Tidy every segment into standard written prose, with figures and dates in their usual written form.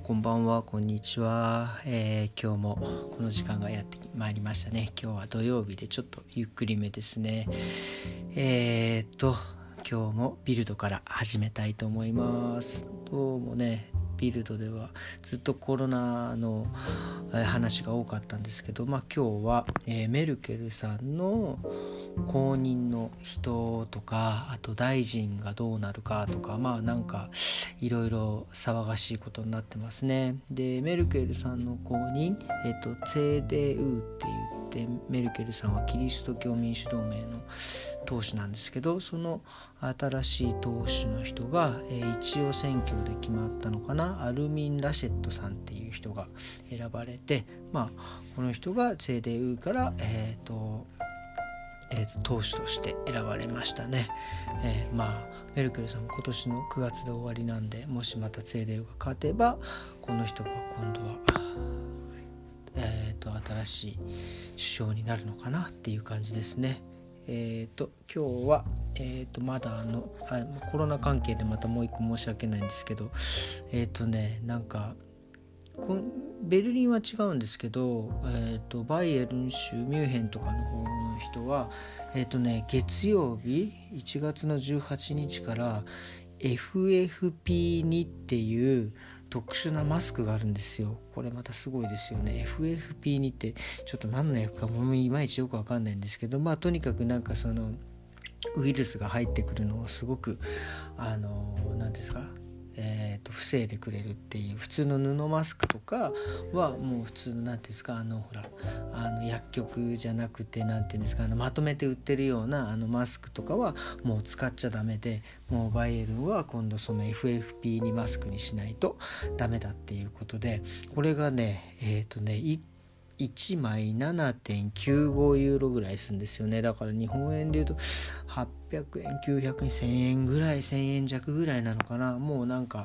こんばんは、こんにちは。今日もこの時間がやってまいりましたね。今日は土曜日でちょっとゆっくりめですね。今日もビルドから始めたいと思います。どうもね、ビルドではずっとコロナの話が多かったんですけど、今日は、メルケルさんの後任の人とか、あと大臣がどうなるかとか、なんかいろいろ騒がしいことになってますね。で、メルケルさんの後任、CDU って言って、メルケルさんはキリスト教民主同盟の党首なんですけど、その新しい党首の人が、一応選挙で決まったのかな、アルミン・ラシェットさんっていう人が選ばれて、この人が CDU から党首として選ばれましたね。メルケルさんも今年の9月で終わりなんで、もしまた CDU が勝てばこの人が今度は、新しい首相になるのかなっていう感じですね。今日は、まだコロナ関係でまたもう一個申し訳ないんですけど、なんかベルリンは違うんですけど、バイエルン州ミュンヘンとかの方の人は、月曜日1月の18日から FFP2 っていう特殊なマスクがあるんですよ。これまたすごいですよね。 FFP2 ってちょっと何の役かもいまいちよくわかんないんですけど、とにかくなんかそのウイルスが入ってくるのをすごく何ですか、防いでくれるっていう。普通の布マスクとかはもう普通のなんていうんですか、薬局じゃなくてなんていうんですか、まとめて売ってるようなマスクとかはもう使っちゃダメで、もうバイエルンは今度その FFP2 マスクにしないとダメだっていうことで、これがね1枚 7.95 ユーロぐらいするんですよね。だから日本円でいうと800円900円1000円ぐらい、1000円弱ぐらいなのかな。もうなんか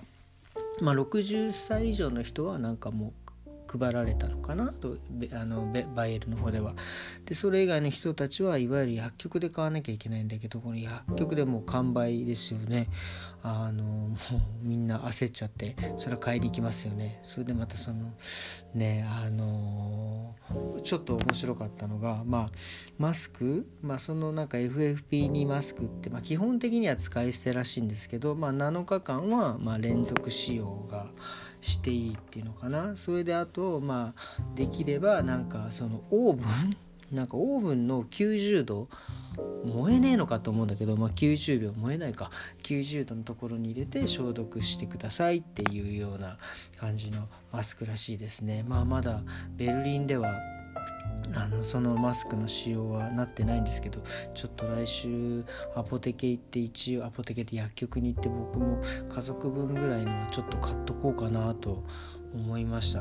60歳以上の人はなんかもう配られたのかなと、バイエルの方では。でそれ以外の人たちはいわゆる薬局で買わなきゃいけないんだけど、この薬局でもう完売ですよね。もうみんな焦っちゃって、それは買いに行きますよね。それでまたそのねちょっと面白かったのが、マスク、そのなんか FFP2 マスクって、基本的には使い捨てらしいんですけど、7日間は連続使用がしていいっていうのかな。それであとできればなんかそのオーブンの90度燃えねえのかと思うんだけど、90秒燃えないか、90度のところに入れて消毒してくださいっていうような感じのマスクらしいですね。まだベルリンではそのマスクの使用はなってないんですけど、ちょっと来週アポテケ行って、一応アポテケで薬局に行って、僕も家族分ぐらいのはちょっと買っとこうかなと思いました。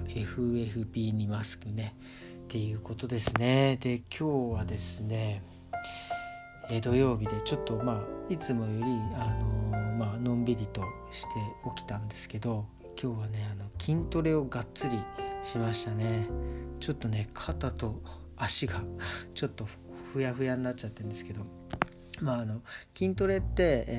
FFP2 マスクねっていうことですね。で今日はですね、土曜日でちょっといつもよりのんびりとして起きたんですけど、今日はね筋トレをがっつりしましたね。ちょっとね肩と足がちょっとふやふやになっちゃってるんですけど、筋トレって、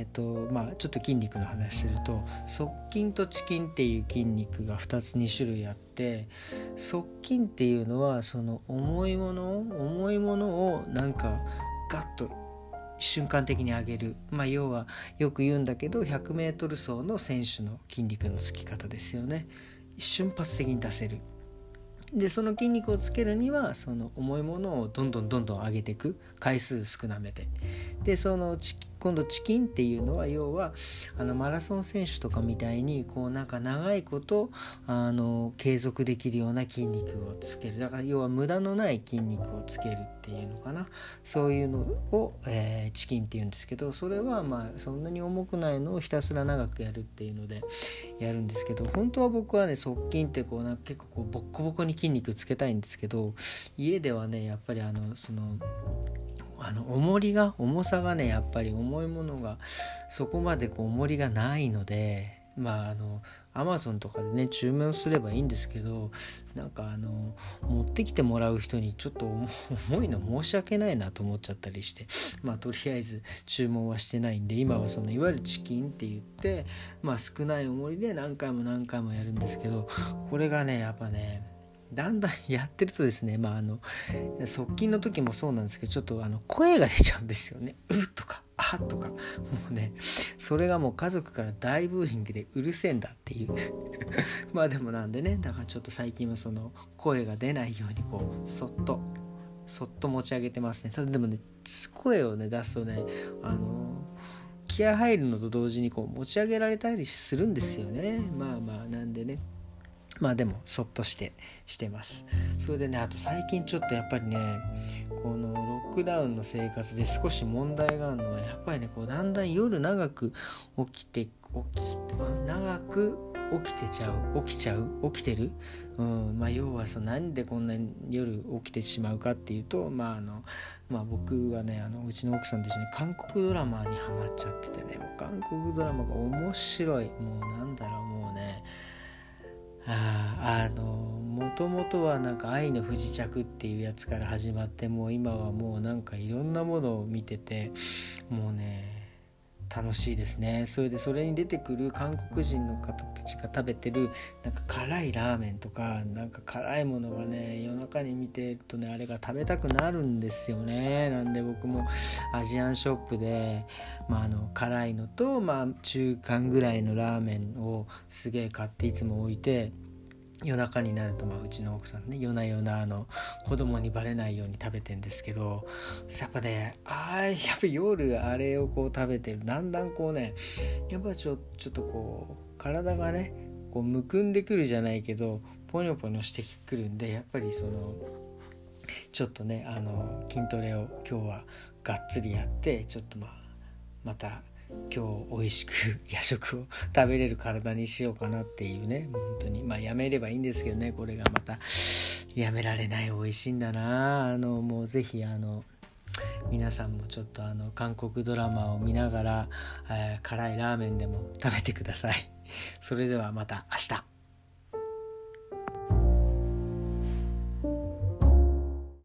ちょっと筋肉の話すると、側筋と遅筋っていう筋肉が2種類あって、側筋っていうのはその重いものをなんかガッと瞬間的に上げる、要はよく言うんだけど 100m 走の選手の筋肉のつき方ですよね。瞬発的に出せる。でその筋肉をつけるにはその重いものをどんどん上げていく、回数少なめでその今度遅筋っていうのは、要はマラソン選手とかみたいにこうなんか長いこと継続できるような筋肉をつける。だから要は無駄のない筋肉をつけるっていうのかな。そういうのを、遅筋っていうんですけど、それはそんなに重くないのをひたすら長くやるっていうのでやるんですけど、本当は僕はね側筋ってこうなんか結構ボッコボコに筋肉つけたいんですけど、家ではねやっぱりその重さがね、やっぱり重いものがそこまで重りがないので、 Amazon とかでね注文すればいいんですけど、なんか持ってきてもらう人にちょっと重いの申し訳ないなと思っちゃったりして、とりあえず注文はしてないんで、今はそのいわゆるチキンって言って、少ない重りで何回も何回もやるんですけど、これがねやっぱねだんだんやってるとですね、側近の時もそうなんですけど、ちょっと声が出ちゃうんですよね。うとかあとか、もうねそれがもう家族から大ブーイングでうるせえんだっていうでもなんでね、だからちょっと最近はその声が出ないようにこうそっと持ち上げてますね。ただでもね声をね出すとね気合入るのと同時にこう持ち上げられたりするんですよね。なんでね、でもそっとしてます。それでね、あと最近ちょっとやっぱりねこのロックダウンの生活で少し問題があるのは、やっぱりねこうだんだん夜長く起きてる、要はなんでこんなに夜起きてしまうかっていうと、僕はねうちの奥さんと一緒に韓国ドラマにハマっちゃっててね、もう韓国ドラマが面白い、もうねもともとはなんか愛の不時着っていうやつから始まって、もう今はもうなんかいろんなものを見てて、もうね楽しいですね。それに出てくる韓国人の方たちが食べてるなんか辛いラーメンとか、なんか辛いものがね夜中に見てるとねあれが食べたくなるんですよね。なんで僕もアジアンショップで、辛いのと、中間ぐらいのラーメンをすげえ買っていつも置いて、夜中になるとうちの奥さんね夜な夜な子供にバレないように食べてんですけど、やっぱねやっぱ夜あれをこう食べてる、だんだんこうねやっぱちょっとこう体がねこうむくんでくるじゃないけどポニョポニョしてくるんで、やっぱりちょっとね筋トレを今日はがっつりやって、ちょっとまた今日美味しく夜食を食べれる体にしようかなっていうね、本当にやめればいいんですけどね、これがまたやめられない美味しいんだな。もうぜひ皆さんもちょっと韓国ドラマを見ながら、辛いラーメンでも食べてください。それではまた明日。